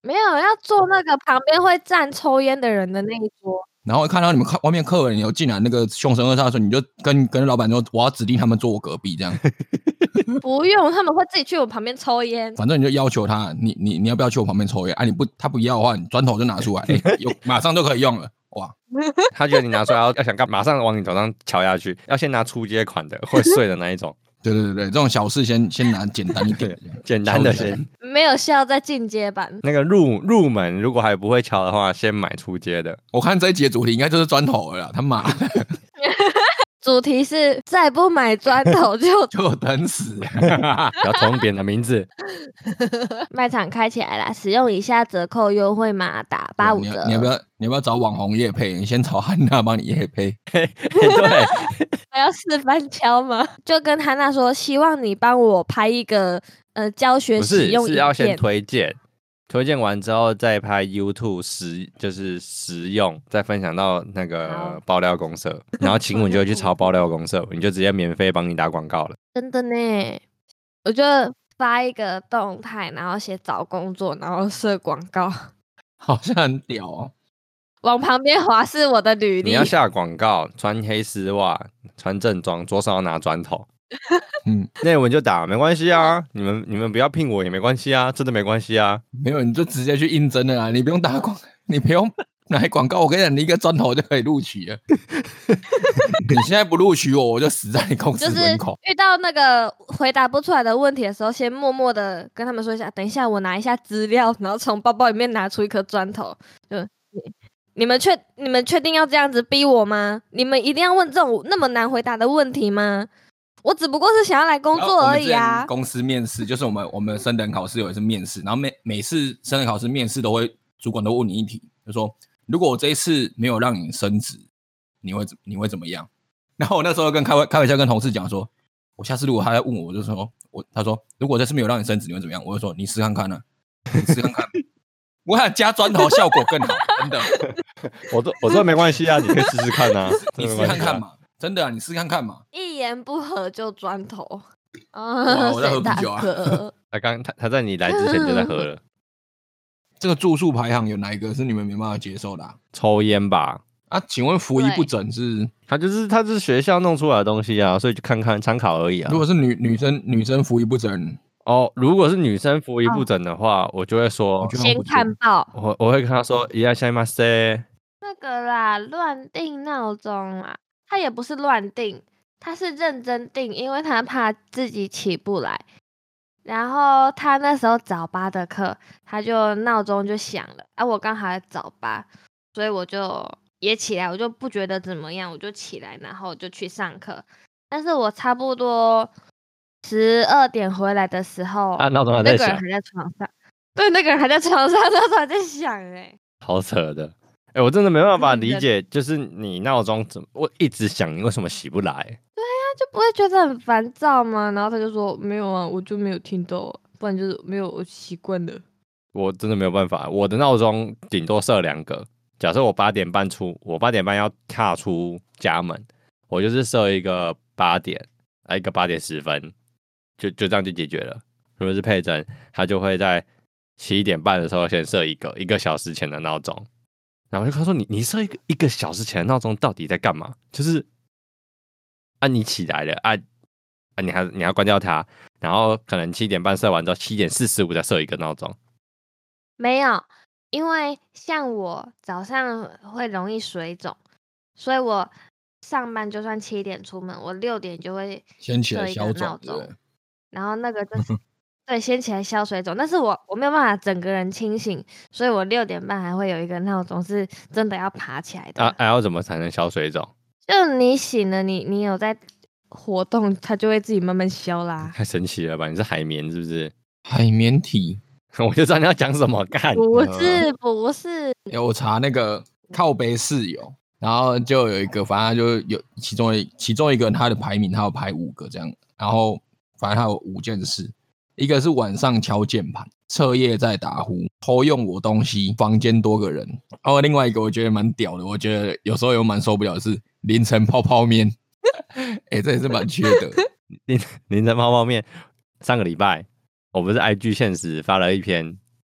没有要坐那个旁边会站抽烟的人的那一桌。 然后看到你们外面客人有进来那个凶神恶煞的时候，你就跟跟老板说，我要指定他们坐我隔壁这样。 不用，他们会自己去我旁边抽烟。 反正你就要求他，你你你要不要去我旁边抽烟啊？你不他不要的话，你砖头就拿出来，欸、有马上就可以用了。哇！ 他觉得你拿出来要要想干，马上往你头上敲下去，要先拿初阶款的，会碎的那一种。 对对对对，这种小事先先拿简单一点， 简单的先。 没有效再进阶版。 那个入入门如果还不会敲的话，先买初阶的。 我看这一集的主题应该就是砖头了啦，他妈的。 主题是再不买砖头就就等死， 不要偷用别人的名字。 卖场开起来啦，使用以下折扣优惠码打八五折。 你要不要你要不要找网红业配？你先找汉娜帮你业配。 对， 还要示范敲吗？就跟汉娜说，希望你帮我拍一个呃教学使用影片， 不是是要先推荐。推荐完之后再拍 YouTube 实就是实用，再分享到那个爆料公社，然后请我就会去抄爆料公社，你就直接免费帮你打广告了。 真的呢，我就发一个动态，然后写找工作，然后设广告， 好像很屌哦。 往旁边滑是我的履历。 你要下广告，穿黑丝袜，穿正装，桌上要拿砖头。嗯，内文就打没关系啊，你们你们不要聘我也没关系啊，真的没关系啊。 没有，你就直接去应征了啊，你不用打广，你不用来广告，我跟你讲，你一个砖头就可以录取了。你现在不录取我，我就死在你公司门口。 就是遇到那个回答不出来的问题的时候，先默默的跟他们说一下，等一下我拿一下资料，然后从包包里面拿出一颗砖头，就你们确你们确定要这样子逼我吗？你们一定要问这种那么难回答的问题吗？我只不过是想要来工作而已啊！ 公司面试就是我们我们升等考试有一次面试，然后每每次升等考试面试都会主管都问你一题，就说如果我这一次没有让你升职，你会你会怎么样？然后我那时候跟开开玩笑跟同事讲说，我下次如果他在问我，我就说我他说如果这次没有让你升职，你会怎么样？我就说你试看看呢、啊，你试看看。我想加砖头效果更好，真的。 我说我说没关系啊，你可以试试看啊， 你试看看嘛。真的啊，你试看看嘛！ 一言不合就砖头啊！我在喝啤酒啊！ 他刚他他在你来之前就在喝了。 这个住宿排行有哪一个是你们没办法接受的、啊？ 抽烟吧？ 啊，请问服仪不整是？ 他就是他是学校弄出来的东西啊，所以就看看参考而已啊。 如果是女女生女生服仪不整哦，如果是女生服仪不整的话，哦、我就会说先看报。 我我会跟他说，いらっしゃいませ。 那个啦，乱定闹钟啦，他也不是乱定，他是认真定，因为他怕自己起不来。然后他那时候早八的课，他就闹钟就响了啊，我刚好早八，所以我就也起来，我就不觉得怎么样，我就起来，然后就去上课。但是我差不多十二点回来的时候， 啊，闹钟还在响， 那个人还在床上，对，那个人还在床上，闹钟还在响、欸，哎， 好扯的。哎、欸，我真的没办法理解，就是你闹钟怎么我一直响，你为什么起不来？对呀、啊，就不会觉得很烦躁吗？然后他就说没有啊，我就没有听到，不然就是没有，我习惯了。 我真的没有办法，我的闹钟顶多设两个。假设我八点半出，我八点半要踏出家门，我就是设一个八点，啊，一个八点十分，就就这样就解决了。如果是佩珍，他就会在七点半的时候先设一个一个小时前的闹钟。然后就他说你你设一个一个小时前的闹钟到底在干嘛？就是啊你起来了啊啊你还你要关掉它，然后可能七点半设完之后七点四十五再设一个闹钟。 没有，因为像我早上会容易水肿，所以我上班就算七点出门，我六点就会先起来消闹肿， 然后那个就是对，先起来消水肿，但是我我没有办法整个人清醒，所以我六点半还会有一个闹钟是真的要爬起来的。 啊，还要怎么才能消水肿？ 就你醒了，你你有在活动，它就会自己慢慢消啦。 太神奇了吧？你是海绵是不是？ 海绵体， 我就知道你要讲什么。干， 不是不是。 有我查那个靠北室友，然后就有一个，反正就有其中一其中一个人他的排名，他有排五个这样，然后反正他有五件事。一个是晚上敲键盘，彻夜在打呼，偷用我东西，房间多个人。然后另外一个我觉得蛮屌的，我觉得有时候有蛮受不了的是凌晨泡泡面，哎、欸，这也是蛮缺的。 凌凌晨泡泡面，上个礼拜我不是 I G 限时发了一篇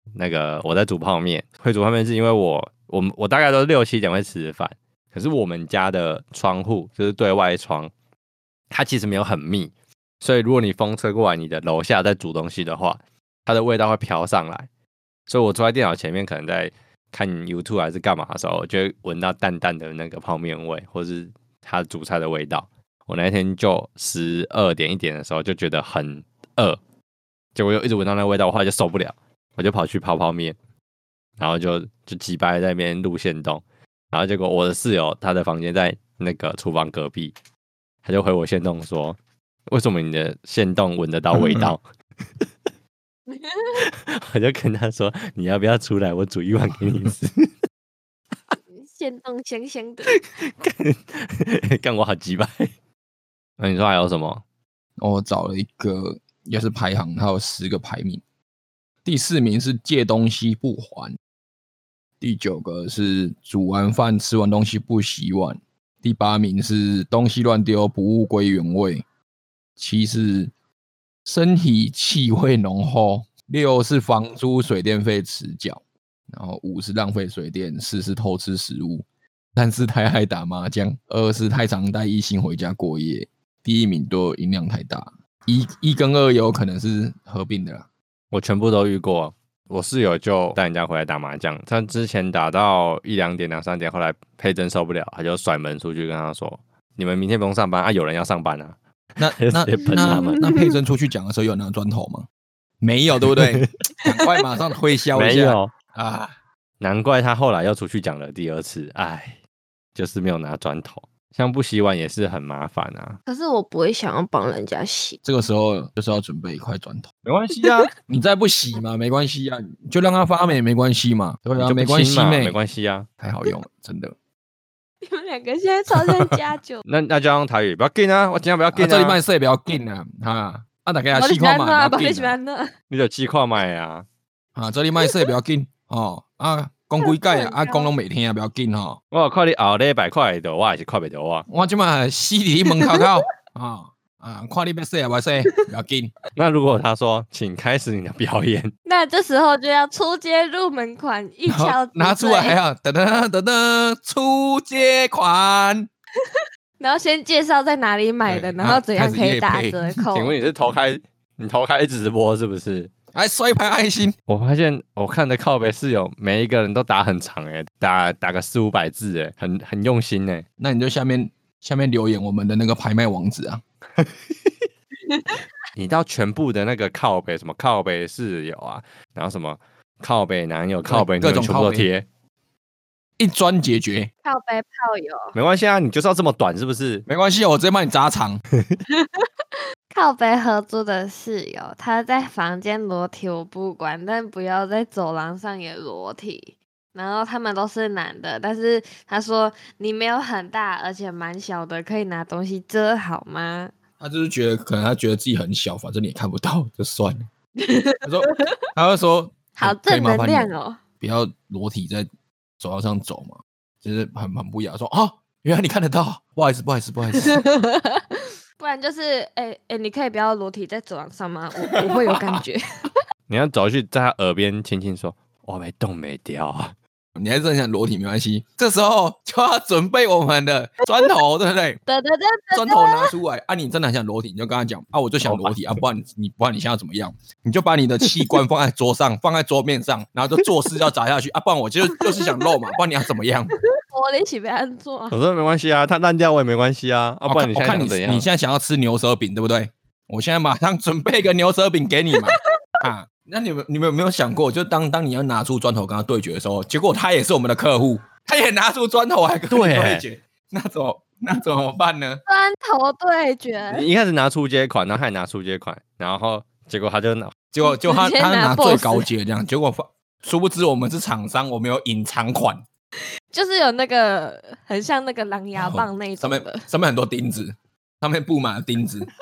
那个我在煮泡面，会煮泡面是因为我我我大概都六七点会吃饭，可是我们家的窗户就是对外窗，它其实没有很密，所以如果你风吹过来，你的楼下在煮东西的话，它的味道会飘上来。所以我坐在电脑前面，可能在看 YouTube 还是干嘛的时候，我就会闻到淡淡的那个泡面味，或是它煮菜的味道。我那天就十二点一点的时候就觉得很饿，结果又一直闻到那个味道，我后来就受不了，我就跑去泡泡面，然后就就鸡掰在那边录限动，然后结果我的室友他的房间在那个厨房隔壁，他就回我限动说，为什么你的限动闻得到味道？我就跟他说，你要不要出来，我煮一碗给你吃。 限动香香的， 干我好鸡掰。那你说还有什么？ 我找了一个也是排行，它有十个排名。第四名是借东西不还，第九个是煮完饭吃完东西不洗碗，第八名是东西乱丢不物归原位，七是身体气味浓厚，六是房租水电费迟缴，然后五是浪费水电，四是偷吃食物，三是太爱打麻将，二是太常带异性回家过夜。第一名都音量太大，一一跟二有可能是合并的啦。 我全部都遇过，我室友就带人家回来打麻将，他之前打到一两点、两三点，后来佩珍受不了，他就甩门出去跟他说：“你们明天不用上班啊，有人要上班啊。” 那那那那佩珍出去讲的时候有拿砖头吗？没有，对不对？赶快马上推销一下。 没有啊， 难怪他后来又出去讲了第二次，哎，就是没有拿砖头。像不洗碗也是很麻烦啊。 可是我不会想要帮人家洗。 这个时候就是要准备一块砖头， 没关系啊， 你再不洗嘛，没关系啊，就让它发霉，没关系嘛，对啊，没关系妹， 没关系啊， 太好用了，真的。 你们两个现在超像家酒。 那那就用台语，不要紧啊，我今天不要紧啊， 啊这里卖色不要紧啊，哈，啊大家试看嘛，不要紧啊， 你就试看卖啊， 啊这里卖色不要紧哦，啊。讲几届啊，啊讲拢袂听啊，不要紧吼。 我看你后礼拜看得到，我还是看不到我。 我即马死伫门口口啊啊，看你要说啊，不说，不要紧。 那如果他说，请开始你的表演， 那这时候就要出街入门款，一敲拿出来，还要噔噔噔噔出街款。 然后先介绍在哪里买的，然后怎样可以打折扣。 请问你是偷开你偷开直播是不是？ 还摔牌爱心， 我发现我看的靠北室友每一个人都打很长哎、欸，打打个四五百字哎、欸，很很用心哎、欸。 那你就下面下面留言我们的那个拍卖网址啊。 你到全部的那个靠北什么靠北室友啊，然后什么靠北男友、靠北女友全部都贴， 一专解决。 靠北炮友没关系啊，你就是要这么短是不是？ 没关系，我直接帮你扎长。 靠北合租的室友，他在房间裸体我不管，但不要在走廊上也裸体。然后他们都是男的，但是他说你没有很大，而且蛮小的，可以拿东西遮好吗？ 他就是觉得可能他觉得自己很小，反正你也看不到，就算了。他说，他会说好正能量哦， 不要裸体在走廊上走嘛，就是很很不雅。说啊，原来你看得到，不好意思，不好意思，不好意思。 不然就是，哎、欸、哎、欸，你可以不要裸体在走廊上吗？我我会有感觉。 你要走去在他耳边轻轻说：“我没动没掉啊。” 你还是很想裸体没关系，这时候就要准备我们的砖头，对不对？ 对对对， 砖头拿出来啊！你真的很想裸体，你就跟他讲啊，我就想裸体啊，不然你你不然你想要怎么样？你就把你的器官放在桌上，放在桌面上，然后就做事要砸下去啊！不然我就就是想露嘛，不然你要怎么样？ 我一起被按做。 我说没关系啊，它烂掉我也没关系啊，啊不然你现在想怎样？ 你现在想要吃牛舌饼对不对？我现在马上准备一个牛舌饼给你嘛啊！那你们你们有没有想过，就当当你要拿出砖头跟他对决的时候，结果他也是我们的客户，他也拿出砖头来跟你对决，那怎么那怎么办呢？ 砖头对决， 你一开始拿出街款，然后他也拿出街款，然后结果他就拿， 结果就他他拿最高阶这样，结果殊不知我们是厂商，我们有隐藏款， 就是有那个很像那个狼牙棒那一种的， 上面上面很多钉子，上面布满了钉子。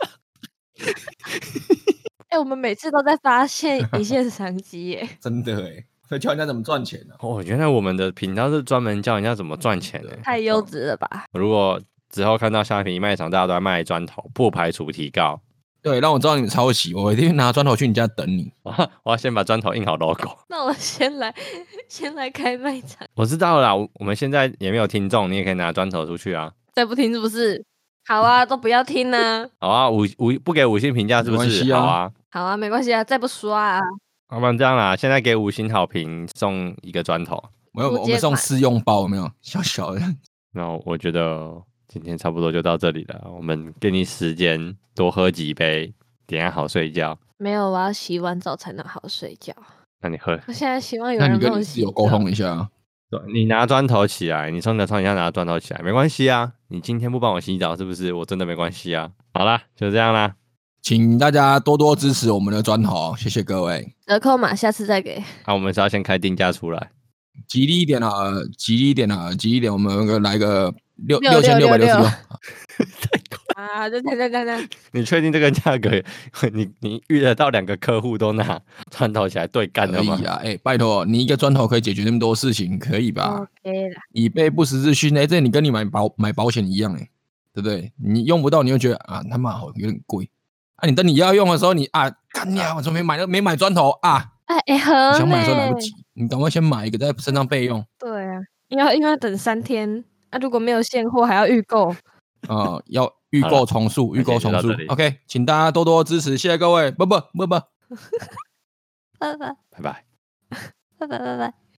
哎、欸，我们每次都在发现一线商机耶， 真的哎，所以教人家怎么赚钱呢、啊？ 哦，原来我们的频道是专门教人家怎么赚钱的， 太优质了吧？ 如果之后看到虾皮卖场大家都在卖砖头，不排除提告。 对，让我知道你们抄袭，我一定拿砖头去你家等你。 哦我要先把砖头印好 logo。 那我先来，先来开卖场。 我知道了啦，我们现在也没有听众，你也可以拿砖头出去啊。 再不听是不是？好啊，都不要听呢、啊。 好啊，五五不给五星评价是不是？ 啊、 好啊， 好啊，没关系啊，再不刷啊。 要不然这样啦，现在给五星好评送一个砖头。 没有，我们送试用包，有没有？小小的。 那我觉得今天差不多就到这里了，我们给你时间多喝几杯，等下好睡觉。 没有，我要洗完澡才能好睡觉。 那你喝。 我现在希望有人帮我洗。 有沟通一下、啊。 你拿砖头起来，你从你的床底下拿砖头起来，没关系啊。你今天不帮我洗澡，是不是？我真的没关系啊。好啦，就这样啦。 请大家多多支持我们的砖头，谢谢各位。 折扣码下次再给。 那、啊、我们是要先开定价出来， 吉利一点啊，吉利一点啊，吉利一点，我们来个六六千六百六十六。 太快啊！对对对对对。 你确定这个价格？你你遇得到两个客户都拿砖头起来对干的吗？ 可以啊，哎、欸，拜托，你一个砖头可以解决那么多事情，可以吧 ？OK 啦。 以备不时之需，哎，这你跟你买保买保险一样、欸，哎，对不对？你用不到，你就觉得啊，他妈好有点贵。啊，你等你要用的时候，你啊，干你啊，我怎么没买？没买砖头啊？ 哎哎，很。 想买的时候来不及，你赶快先买一个，在身上备用。 对啊，要因为要等三天啊，如果没有现货，还要预购。 啊、呃，要预购重塑，预购重塑。OK， 请大家多多支持，谢谢各位，不不不不， 拜拜拜拜， 拜拜拜拜。